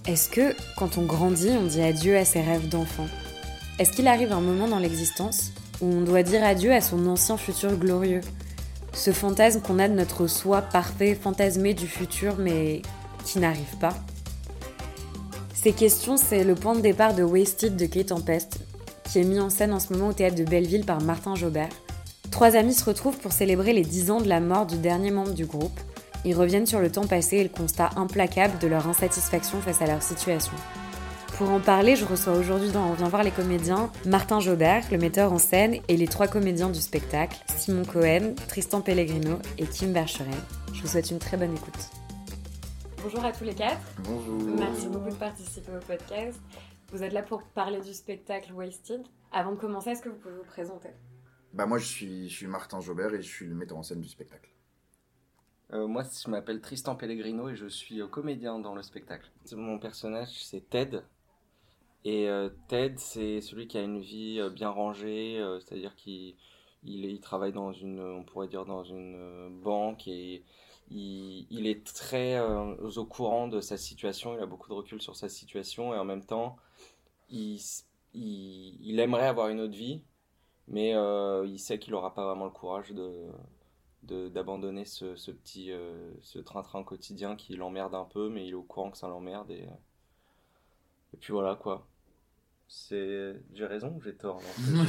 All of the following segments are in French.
Est-ce que, quand on grandit, on dit adieu à ses rêves d'enfant ? Est-ce qu'il arrive un moment dans l'existence où on doit dire adieu à son ancien futur glorieux ? Ce fantasme qu'on a de notre soi parfait, fantasmé du futur, mais qui n'arrive pas ? Ces questions, c'est le point de départ de Wasted de Kate Tempest, qui est mis en scène en ce moment au théâtre de Belleville par Martin Jobert. 3 amis se retrouvent pour célébrer les 10 ans de la mort du dernier membre du groupe. Ils reviennent sur le temps passé et le constat implacable de leur insatisfaction face à leur situation. Pour en parler, je reçois aujourd'hui dans On vient voir les comédiens Martin Jobert, le metteur en scène, et les 3 comédiens du spectacle, Simon Cohen, Tristan Pellegrino et Kim Verschueren. Je vous souhaite une très bonne écoute. Bonjour à tous les 4. Bonjour. Merci beaucoup de participer au podcast. Vous êtes là pour parler du spectacle Wasted. Avant de commencer, est-ce que vous pouvez vous présenter ? Moi, je suis Martin Jobert et je suis le metteur en scène du spectacle. Moi, je m'appelle Tristan Pellegrino et je suis comédien dans le spectacle. Mon personnage, c'est Ted. Et Ted, c'est celui qui a une vie bien rangée, c'est-à-dire qu'il travaille dans on pourrait dire dans une banque et il est très au courant de sa situation, il a beaucoup de recul sur sa situation et en même temps, il aimerait avoir une autre vie, mais il sait qu'il n'aura pas vraiment le courage d'abandonner ce petit ce train-train quotidien qui l'emmerde un peu, mais il est au courant que ça l'emmerde et puis voilà quoi. J'ai raison ou j'ai tort?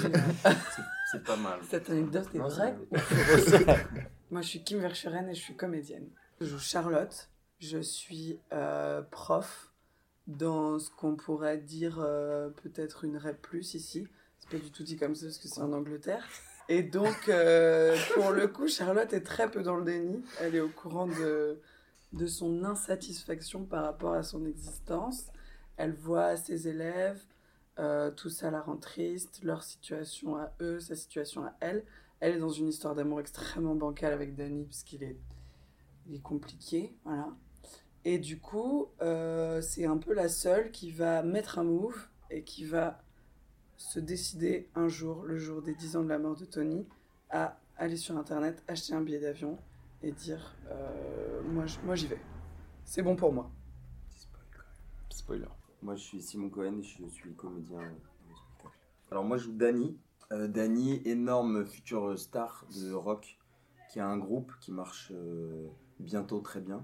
C'est pas mal. Cette anecdote est vraie. Moi, je suis Kim Verschueren et je suis comédienne. Je joue Charlotte. Je suis prof dans ce qu'on pourrait dire peut-être une REP+, ici. C'est pas du tout dit comme ça parce que c'est en Angleterre. Et donc, pour le coup, Charlotte est très peu dans le déni. Elle est au courant de son insatisfaction par rapport à son existence. Elle voit ses élèves, tout ça la rend triste, leur situation à eux, sa situation à elle. Elle est dans une histoire d'amour extrêmement bancale avec Danny, parce qu'il est compliqué, voilà. Et du coup, c'est un peu la seule qui va mettre un move et qui va se décider un jour, le jour des 10 ans de la mort de Tony, à aller sur Internet, acheter un billet d'avion et dire moi j'y vais. C'est bon pour moi. Spoiler. Moi, je suis Simon Cohen et je suis comédien dans le spectacle. Alors, moi, je joue Danny. Danny, énorme future star de rock, qui a un groupe qui marche bientôt très bien.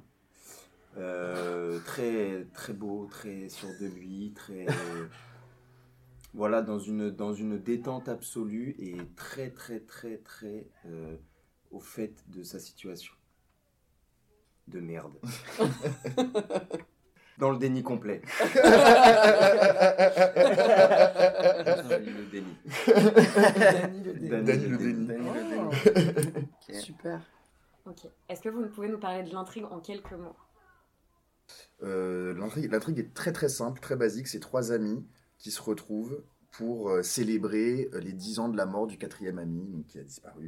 Très, très beau, très sûr de lui, très... voilà, dans une détente absolue et très, très, très, très au fait de sa situation. De merde. Dans le déni complet. Le déni. Danny le déni. Danny le déni. Okay. Super. Ok. Est-ce que vous pouvez nous parler de l'intrigue en quelques mots ? L'intrigue est très très simple, très basique. C'est 3 amis qui se retrouvent pour célébrer les 10 ans de la mort du 4e ami, donc, qui a disparu.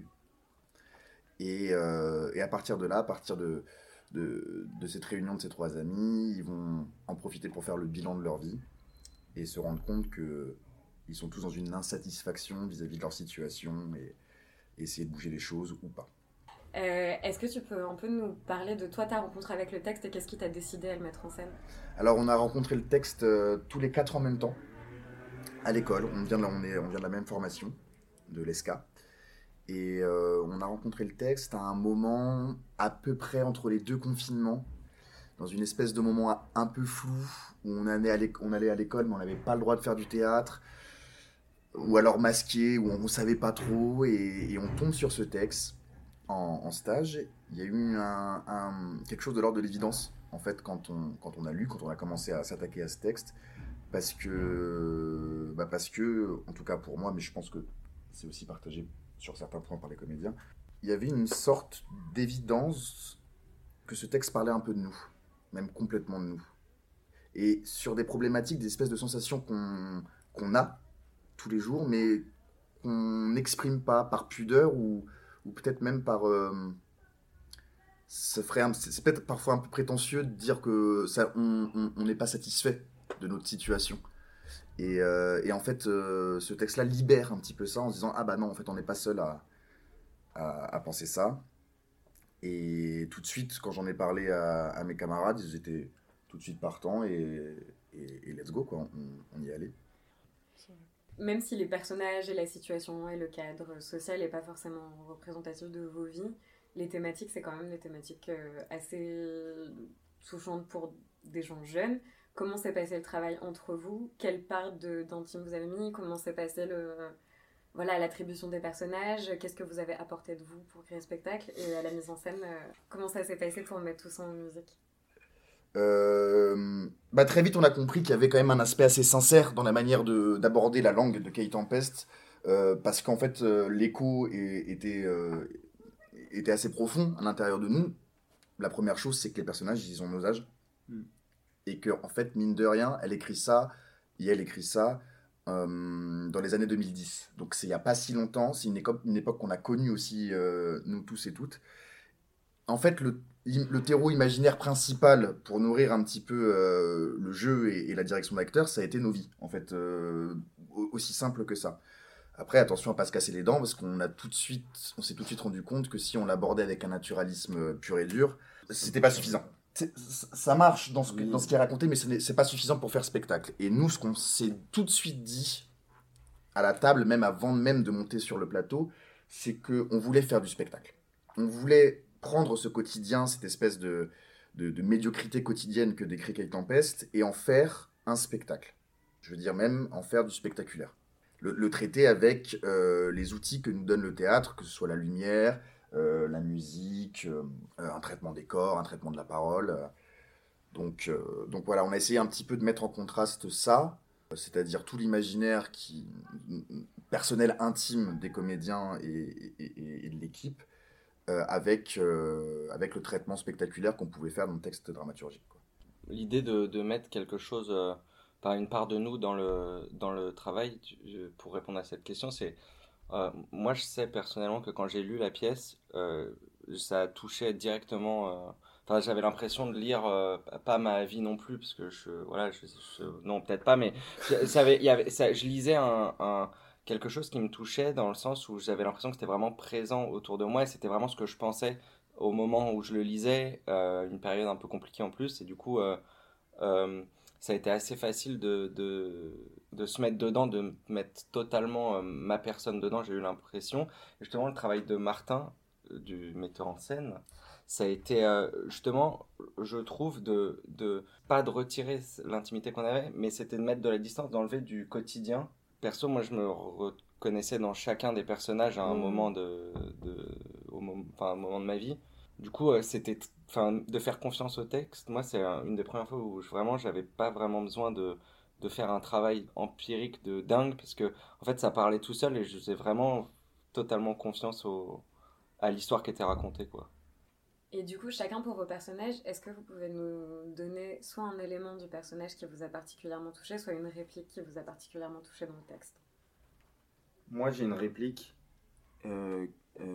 Et à partir de là, à partir de cette réunion de ces 3 amis, ils vont en profiter pour faire le bilan de leur vie et se rendre compte qu'ils sont tous dans une insatisfaction vis-à-vis de leur situation et essayer de bouger les choses ou pas. Est-ce que tu peux un peu nous parler de toi, ta rencontre avec le texte et qu'est-ce qui t'a décidé à le mettre en scène ? Alors on a rencontré le texte tous les 4 en même temps à l'école. On vient de la même formation, de l'ESCA. Et on a rencontré le texte à un moment à peu près entre les 2 confinements, dans une espèce de moment un peu flou, où on allait à l'école mais on n'avait pas le droit de faire du théâtre, ou alors masqué, où on ne savait pas trop, et on tombe sur ce texte en stage. Il y a eu quelque chose de l'ordre de l'évidence, en fait, quand on a commencé à s'attaquer à ce texte, parce que, en tout cas pour moi, mais je pense que c'est aussi partagé sur certains points par les comédiens, il y avait une sorte d'évidence que ce texte parlait un peu de nous, même complètement de nous. Et sur des problématiques, des espèces de sensations qu'on a tous les jours, mais qu'on n'exprime pas par pudeur ou peut-être même par... c'est peut-être parfois un peu prétentieux de dire que on n'est pas satisfait de notre situation. Et en fait, ce texte-là libère un petit peu ça en se disant « Ah bah non, en fait, on n'est pas seul à penser ça. » Et tout de suite, quand j'en ai parlé à mes camarades, ils étaient tout de suite partants. Et et let's go, quoi, on y est allé. Même si les personnages et la situation et le cadre social n'est pas forcément représentatif de vos vies, les thématiques, c'est quand même des thématiques assez touchantes pour des gens jeunes. Comment s'est passé le travail entre vous? Quelle part d'intime vous avez mis? Comment s'est passé l'attribution des personnages? Qu'est-ce que vous avez apporté de vous pour créer le spectacle? Et à la mise en scène, comment ça s'est passé pour mettre tout ça en musique? Très vite, on a compris qu'il y avait quand même un aspect assez sincère dans la manière d'aborder la langue de Kate Tempest, parce qu'en fait, l'écho était assez profond à l'intérieur de nous. La première chose, c'est que les personnages, ils ont nos âges. Et que, en fait, mine de rien, elle écrit ça dans les années 2010. Donc, c'est il n'y a pas si longtemps. C'est une époque qu'on a connue aussi, nous tous et toutes. En fait, le terreau imaginaire principal pour nourrir un petit peu le jeu et la direction d'acteur, ça a été nos vies, en fait, aussi simple que ça. Après, attention à pas se casser les dents, parce on s'est tout de suite rendu compte que si on l'abordait avec un naturalisme pur et dur, c'était pas suffisant. Ça marche dans ce qui est raconté, mais c'est pas suffisant pour faire spectacle. Et nous, ce qu'on s'est tout de suite dit à la table, même avant même de monter sur le plateau, c'est qu'on voulait faire du spectacle. On voulait prendre ce quotidien, cette espèce de médiocrité quotidienne que décrit Kate Tempest, et en faire un spectacle. Je veux dire même en faire du spectaculaire. Le traiter avec les outils que nous donne le théâtre, que ce soit la lumière, la musique, un traitement des corps, un traitement de la parole. Donc voilà, on a essayé un petit peu de mettre en contraste ça, c'est-à-dire tout l'imaginaire personnel intime des comédiens et de l'équipe, avec le traitement spectaculaire qu'on pouvait faire dans le texte dramaturgique, quoi. L'idée de mettre quelque chose, une part de nous dans le travail, pour répondre à cette question, c'est moi je sais personnellement que quand j'ai lu la pièce, ça touchait directement. J'avais l'impression de lire pas ma vie non plus, parce que non, peut-être pas, mais je lisais quelque chose qui me touchait, dans le sens où j'avais l'impression que c'était vraiment présent autour de moi, et c'était vraiment ce que je pensais au moment où je le lisais, une période un peu compliquée en plus, et du coup ça a été assez facile de se mettre dedans, de mettre totalement ma personne dedans, j'ai eu l'impression. Et justement, le travail de Martin, du metteur en scène, ça a été justement, je trouve, pas de retirer l'intimité qu'on avait, mais c'était de mettre de la distance, d'enlever du quotidien. Perso, moi, je me reconnaissais dans chacun des personnages à un moment un moment de ma vie. Du coup, c'était, de faire confiance au texte. Moi, c'est une des premières fois où vraiment, j'avais pas vraiment besoin de faire un travail empirique de dingue, parce que en fait, ça parlait tout seul, et je faisais vraiment totalement confiance à l'histoire qui était racontée, quoi. Et du coup, chacun pour vos personnages, est-ce que vous pouvez nous donner soit un élément du personnage qui vous a particulièrement touché, soit une réplique qui vous a particulièrement touché dans le texte? Moi, j'ai une réplique. Une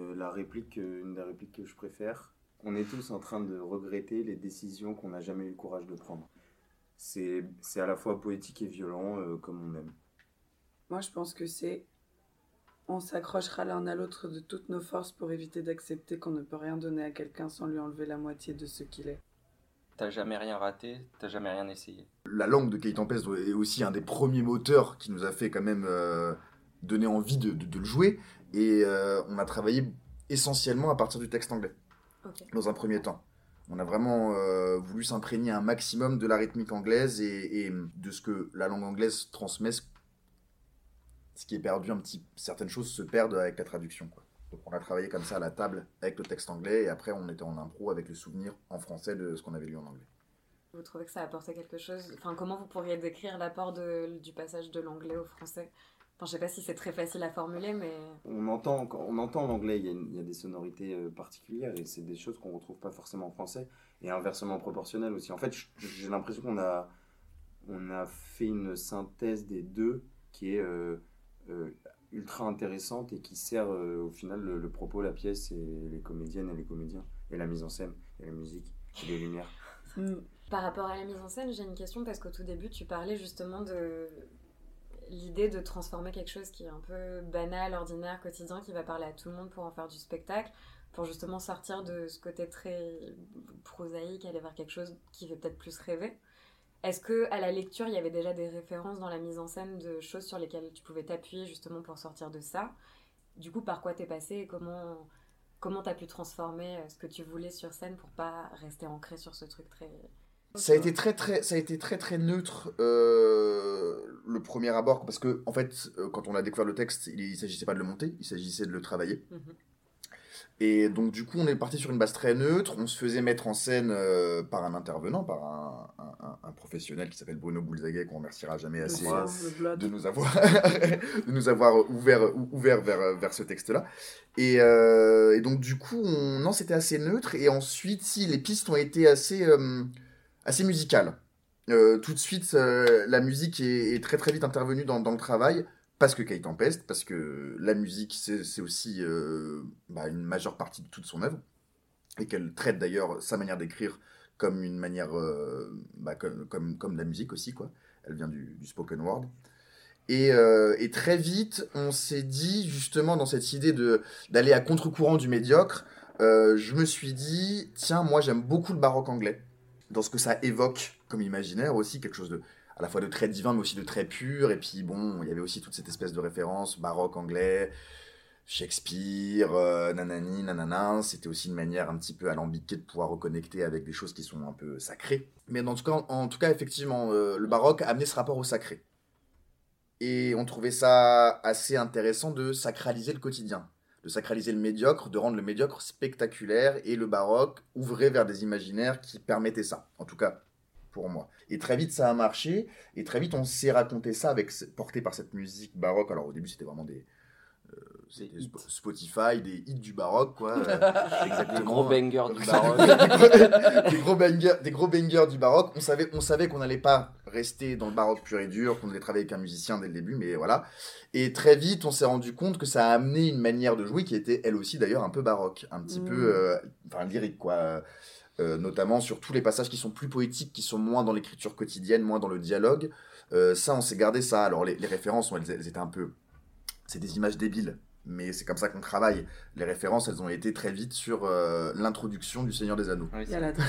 des répliques que je préfère. On est tous en train de regretter les décisions qu'on n'a jamais eu le courage de prendre. C'est à la fois poétique et violent, comme on aime. Moi, je pense que c'est on s'accrochera l'un à l'autre de toutes nos forces pour éviter d'accepter qu'on ne peut rien donner à quelqu'un sans lui enlever la moitié de ce qu'il est. T'as jamais rien raté, t'as jamais rien essayé. La langue de Kate Tempest est aussi un des premiers moteurs qui nous a fait quand même donner envie de le jouer. Et on a travaillé essentiellement à partir du texte anglais, dans un premier temps. On a vraiment voulu s'imprégner un maximum de la rythmique anglaise et de ce que la langue anglaise transmet. Ce qui est perdu certaines choses se perdent avec la traduction, quoi. Donc on a travaillé comme ça à la table avec le texte anglais, et après on était en impro avec le souvenir en français de ce qu'on avait lu en anglais. Vous trouvez que ça a apporté quelque chose? Comment vous pourriez décrire l'apport du passage de l'anglais au français? Je sais pas si c'est très facile à formuler, mais... On entend en anglais, il y a des sonorités particulières, et c'est des choses qu'on retrouve pas forcément en français, et inversement proportionnel aussi. En fait, j'ai l'impression qu'on a fait une synthèse des deux qui est ultra intéressante, et qui sert au final le propos, la pièce, et les comédiennes et les comédiens, et la mise en scène, et la musique, et les lumières. Par rapport à la mise en scène, j'ai une question, parce qu'au tout début, tu parlais justement de l'idée de transformer quelque chose qui est un peu banal, ordinaire, quotidien, qui va parler à tout le monde pour en faire du spectacle, pour justement sortir de ce côté très prosaïque, aller vers quelque chose qui fait peut-être plus rêver. Est-ce qu'à la lecture, il y avait déjà des références dans la mise en scène de choses sur lesquelles tu pouvais t'appuyer justement pour sortir de ça? Du coup, par quoi t'es passé et comment t'as pu transformer ce que tu voulais sur scène pour pas rester ancré sur ce truc très... Ça a été très neutre le premier abord, parce que en fait, quand on a découvert le texte, il s'agissait pas de le monter, il s'agissait de le travailler. Et donc du coup, on est parti sur une base très neutre. On se faisait mettre en scène par un intervenant, par un professionnel qui s'appelle Bruno Boulzaguet, qu'on remerciera jamais assez de nous avoir ouvert vers ce texte-là. Et donc du coup, non, c'était assez neutre. Et ensuite, si les pistes ont été assez musicales. Tout de suite, la musique est très très vite intervenue dans le travail. Parce que Kate Tempest, parce que la musique, c'est aussi une majeure partie de toute son œuvre, et qu'elle traite d'ailleurs sa manière d'écrire comme une manière, comme de la musique aussi, quoi. Elle vient du spoken word. Et très vite, on s'est dit, justement, dans cette idée d'aller à contre-courant du médiocre, je me suis dit, tiens, moi j'aime beaucoup le baroque anglais, dans ce que ça évoque comme imaginaire aussi, quelque chose à la fois de très divin mais aussi de très pur. Et puis bon, il y avait aussi toute cette espèce de référence baroque anglais, Shakespeare, nanani, nanana. C'était aussi une manière un petit peu alambiquée de pouvoir reconnecter avec des choses qui sont un peu sacrées. Mais en tout cas effectivement, le baroque a amené ce rapport au sacré. Et on trouvait ça assez intéressant de sacraliser le quotidien, de sacraliser le médiocre, de rendre le médiocre spectaculaire, et le baroque ouvrait vers des imaginaires qui permettaient ça, en tout cas pour moi. Et très vite, ça a marché, et très vite, on s'est raconté ça, porté par cette musique baroque. Alors au début, c'était vraiment c'était Spotify, des hits du baroque, quoi. Exactement. Des gros bangers du baroque. des gros bangers du baroque. On savait qu'on n'allait pas rester dans le baroque pur et dur, qu'on allait travailler avec un musicien dès le début, mais voilà. Et très vite, on s'est rendu compte que ça a amené une manière de jouer qui était, elle aussi, d'ailleurs, un peu baroque, un petit peu, lyrique, quoi. Notamment sur tous les passages qui sont plus poétiques, qui sont moins dans l'écriture quotidienne, moins dans le dialogue. Ça, on s'est gardé ça. Alors, les références, elles étaient un peu... C'est des images débiles, mais c'est comme ça qu'on travaille. Les références, elles ont été très vite sur l'introduction du Seigneur des Anneaux. Oui,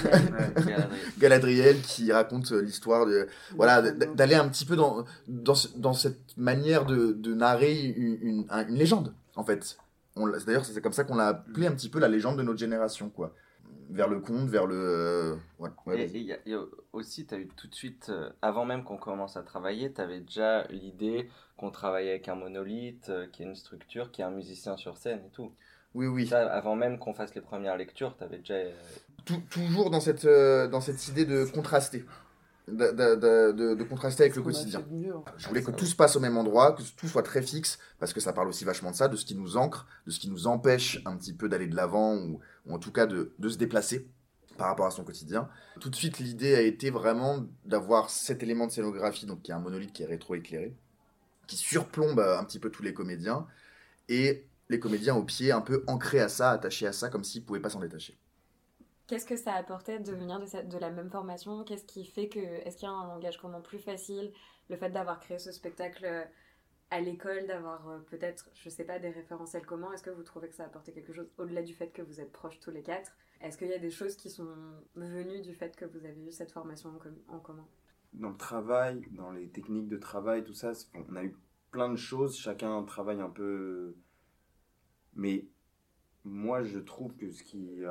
Galadriel qui raconte l'histoire d'aller un petit peu dans cette manière de narrer une légende, en fait. D'ailleurs, c'est comme ça qu'on l'a appelé un petit peu la légende de notre génération, quoi. Vers le conte, vers le... et il y a aussi, tu as eu tout de suite, avant même qu'on commence à travailler, tu avais déjà l'idée qu'on travaillait avec un monolithe, qui est une structure, qui est un musicien sur scène et tout. Oui. Ça, avant même qu'on fasse les premières lectures, tu avais déjà... Toujours dans cette idée de contraster. De contraster avec le quotidien. Je voulais que tout se passe au même endroit, que tout soit très fixe, parce que ça parle aussi vachement de ça, de ce qui nous ancre, de ce qui nous empêche un petit peu d'aller de l'avant, ou en tout cas de se déplacer par rapport à son quotidien. Tout de suite, l'idée a été vraiment d'avoir cet élément de scénographie, donc qui est un monolithe qui est rétro-éclairé, qui surplombe un petit peu tous les comédiens, et les comédiens au pied un peu ancrés à ça, attachés à ça, comme s'ils ne pouvaient pas s'en détacher. Qu'est-ce que ça apportait de venir de la même formation? Qu'est-ce qui fait que... Est-ce qu'il y a un langage commun plus facile? Le fait d'avoir créé ce spectacle à l'école, d'avoir peut-être, je sais pas, des référentiels communs, est-ce que vous trouvez que ça a apporté quelque chose au-delà du fait que vous êtes proches tous les quatre? Est-ce qu'il y a des choses qui sont venues du fait que vous avez eu cette formation en commun? Dans le travail, dans les techniques de travail, tout ça, on a eu plein de choses, chacun travaille un peu... Mais... Moi, je trouve que ce qui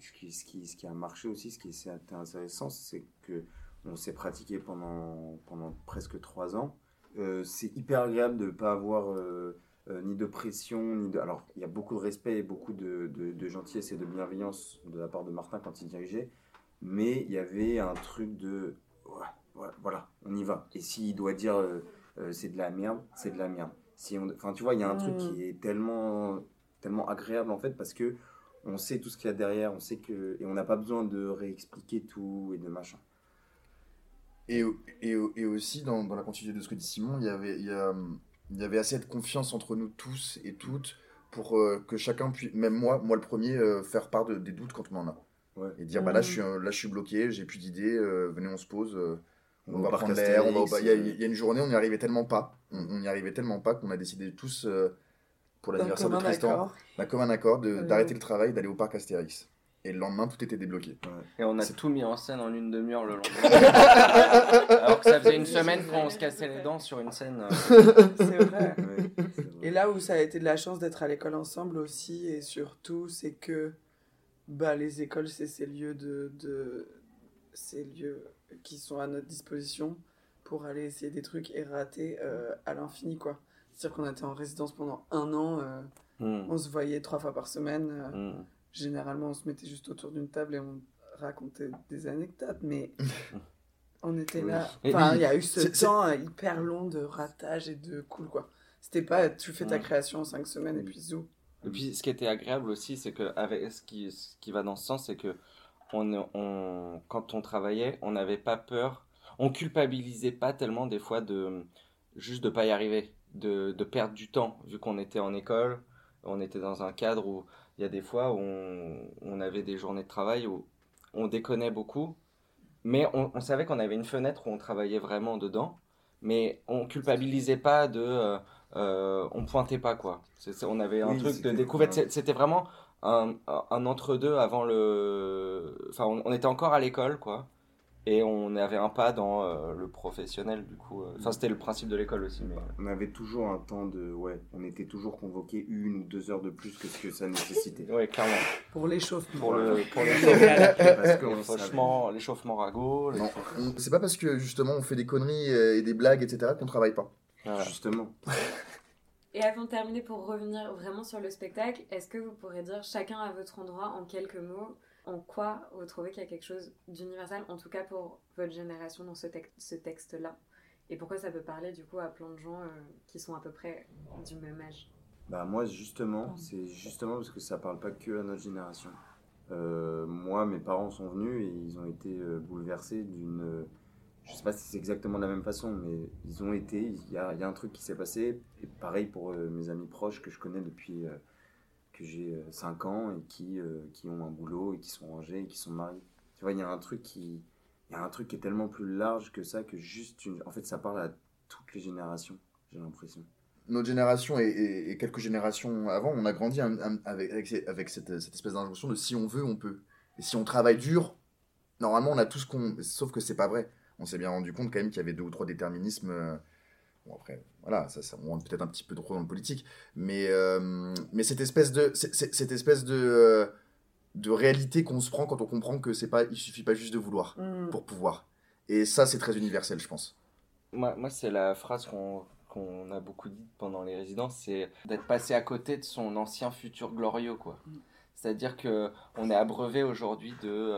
a marché aussi, ce qui est intéressant, c'est qu'on s'est pratiqué pendant presque 3 ans. C'est hyper agréable de ne pas avoir ni de pression, Alors, il y a beaucoup de respect et beaucoup de gentillesse et de bienveillance de la part de Martin quand il dirigeait, mais il y avait un truc de... Voilà, on y va. Et s'il doit dire c'est de la merde, c'est de la merde. Enfin, tu vois, il y a un truc qui est tellement agréable en fait, parce que on sait tout ce qu'il y a derrière, et on n'a pas besoin de réexpliquer tout et de machin. Et aussi dans la continuité de ce que dit Simon, il y avait assez de confiance entre nous tous et toutes pour que chacun puisse, même moi le premier, faire part des doutes quand on en a. Ouais. Et dire là je suis bloqué, j'ai plus d'idées, venez on se pose, on va prendre l'air, il y a une journée on n'y arrivait tellement pas, qu'on a décidé tous pour l'anniversaire de Tristan, comme un accord d'arrêter le travail, d'aller au parc Astérix. Et le lendemain, tout était débloqué. Et on a tout mis en scène en une demi-heure le lendemain. Alors que ça faisait une semaine qu'on se cassait les dents sur une scène. C'est vrai. Ouais, c'est vrai. Et là où ça a été de la chance d'être à l'école ensemble aussi, et surtout, c'est que les écoles, c'est ces lieux ces lieux qui sont à notre disposition pour aller essayer des trucs et rater à l'infini, quoi. C'est-à-dire qu'on était en résidence pendant 1 an, on se voyait 3 fois par semaine. Généralement, on se mettait juste autour d'une table et on racontait des anecdotes, mais on était là. Enfin, il y a eu ce temps hyper long de ratage et de cool, quoi. C'était pas tu fais ta création en 5 semaines et puis zou. Et puis, ce qui était agréable aussi, c'est que avec ce qui va dans ce sens, c'est que quand on travaillait, on n'avait pas peur, on culpabilisait pas tellement des fois juste de pas y arriver, de perdre du temps, vu qu'on était en école, on était dans un cadre où il y a des fois où on avait des journées de travail où on déconnait beaucoup, mais on savait qu'on avait une fenêtre où on travaillait vraiment dedans, mais on culpabilisait pas on pointait pas, quoi. On avait un truc de découverte, c'était vraiment un entre-deux avant enfin, on était encore à l'école, quoi. Et on avait un pas dans le professionnel, du coup. Enfin, c'était le principe de l'école aussi. Mais... On avait toujours un temps on était toujours convoqué 1 ou 2 heures de plus que ce que ça nécessitait. Ouais, clairement. Pour l'échauffement. Pour l'échauffement ragot. Non, c'est pas parce que justement on fait des conneries et des blagues, etc., qu'on travaille pas. Voilà. Justement. Et avant de terminer, pour revenir vraiment sur le spectacle, est-ce que vous pourrez dire chacun à votre endroit, en quelques mots, en quoi vous trouvez qu'il y a quelque chose d'universel, en tout cas pour votre génération, dans ce texte-là, et pourquoi ça peut parler du coup à plein de gens qui sont à peu près du même âge? Moi, justement, c'est justement parce que ça parle pas que à notre génération. Moi, mes parents sont venus et ils ont été bouleversés d'une... Je sais pas si c'est exactement de la même façon, mais ils ont été... Il y a un truc qui s'est passé, et pareil pour mes amis proches que je connais depuis... que j'ai 5 ans et qui ont un boulot et qui sont rangés et qui sont mariés. Tu vois, il y a un truc qui est tellement plus large que ça, que juste en fait, ça parle à toutes les générations, j'ai l'impression. Notre génération et quelques générations avant, on a grandi avec cette espèce d'injonction de si on veut, on peut. Et si on travaille dur, normalement, on a tout ce qu'on... Sauf que c'est pas vrai. On s'est bien rendu compte quand même qu'il y avait 2 ou 3 déterminismes... Bon, après, voilà, ça on rentre peut-être un petit peu trop dans le politique, mais cette espèce de réalité qu'on se prend quand on comprend que il suffit pas juste de vouloir pour pouvoir. Et ça, c'est très universel, je pense. Moi, c'est la phrase qu'on a beaucoup dit pendant les résidences, c'est d'être passé à côté de son ancien futur glorieux, quoi. C'est-à-dire qu'on est abreuvé aujourd'hui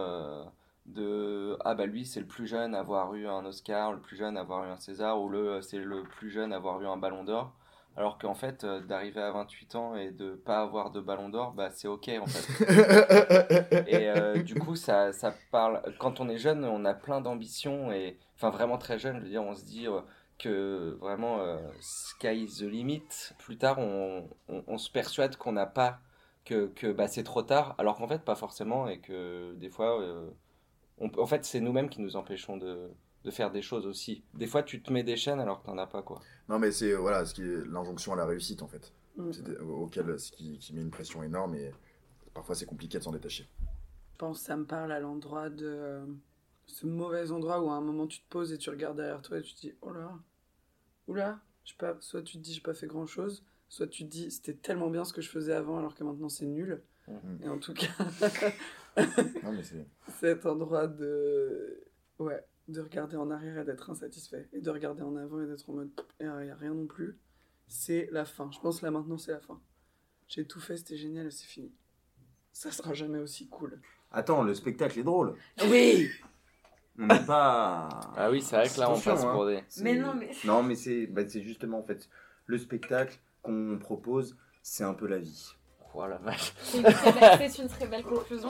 lui c'est le plus jeune à avoir eu un Oscar, le plus jeune à avoir eu un César, ou c'est le plus jeune à avoir eu un Ballon d'Or, alors qu'en fait d'arriver à 28 ans et de pas avoir de Ballon d'Or, c'est ok en fait. Et du coup ça parle, quand on est jeune on a plein d'ambitions, et enfin vraiment très jeune, je veux dire, on se dit que vraiment sky is the limit. Plus tard on se persuade qu'on n'a pas, que c'est trop tard, alors qu'en fait pas forcément, et que des fois en fait, c'est nous-mêmes qui nous empêchons de faire des choses aussi. Des fois, tu te mets des chaînes alors que t'en as pas, quoi. Non, mais c'est l'injonction à la réussite, en fait. Ce qui met une pression énorme, et parfois c'est compliqué de s'en détacher. Je pense que ça me parle à l'endroit de ce mauvais endroit où à un moment tu te poses et tu regardes derrière toi et tu te dis oh là, oula, soit tu te dis j'ai pas fait grand chose, soit tu te dis c'était tellement bien ce que je faisais avant alors que maintenant c'est nul. Et en tout cas, non, mais cet endroit de regarder en arrière et d'être insatisfait, et de regarder en avant et d'être en mode il n'y a rien non plus, c'est la fin. Je pense que là maintenant c'est la fin. J'ai tout fait, c'était génial et c'est fini. Ça sera jamais aussi cool. Attends, le spectacle est drôle. Oui. On n'est pas... Ah oui, c'est vrai que là on passe pour des... Non, mais c'est justement en fait le spectacle qu'on propose, c'est un peu la vie. Oh la vache. C'est une très belle conclusion.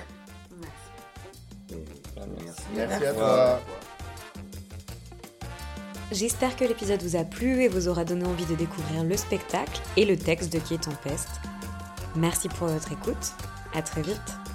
Merci à toi. J'espère que l'épisode vous a plu et vous aura donné envie de découvrir le spectacle et le texte de Qui est Tempeste. Merci pour votre écoute. À très vite.